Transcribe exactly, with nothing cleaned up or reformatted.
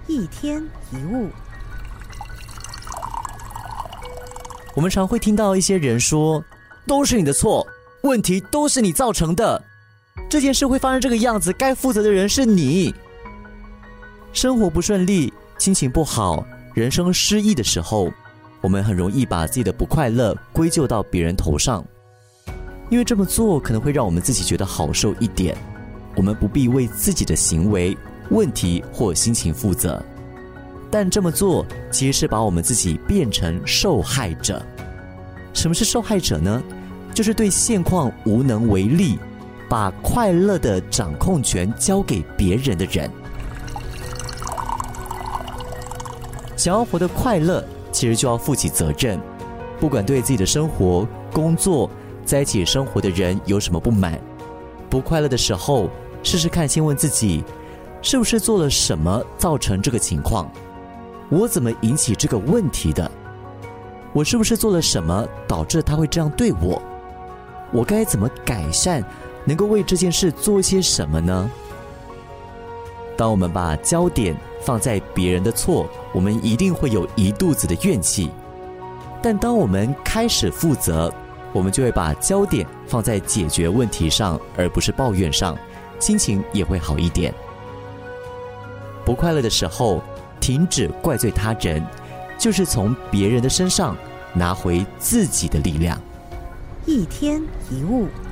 一天一物。 我们常会听到一些人说，都是你的错，问题都是你造成的，这件事会发生这个样子，该负责的人是你。生活不顺利，心情不好，人生失意的时候，我们很容易把自己的不快乐归咎到别人头上，因为这么做可能会让我们自己觉得好受一点，我们不必为自己的行为、问题或心情负责。但这么做其实是把我们自己变成受害者。什么是受害者呢？就是对现况无能为力，把快乐的掌控权交给别人的人。想要活得快乐，其实就要负起责任，不管对自己的生活、工作、在一起生活的人有什么不满，不快乐的时候，试试看先问自己，是不是做了什么造成这个情况？我怎么引起这个问题的？我是不是做了什么导致他会这样对我？我该怎么改善？能够为这件事做些什么呢？当我们把焦点放在别人的错，我们一定会有一肚子的怨气。但当我们开始负责，我们就会把焦点放在解决问题上，而不是抱怨上，心情也会好一点。不快乐的时候，停止怪罪他人，就是从别人的身上拿回自己的力量。 一天一物。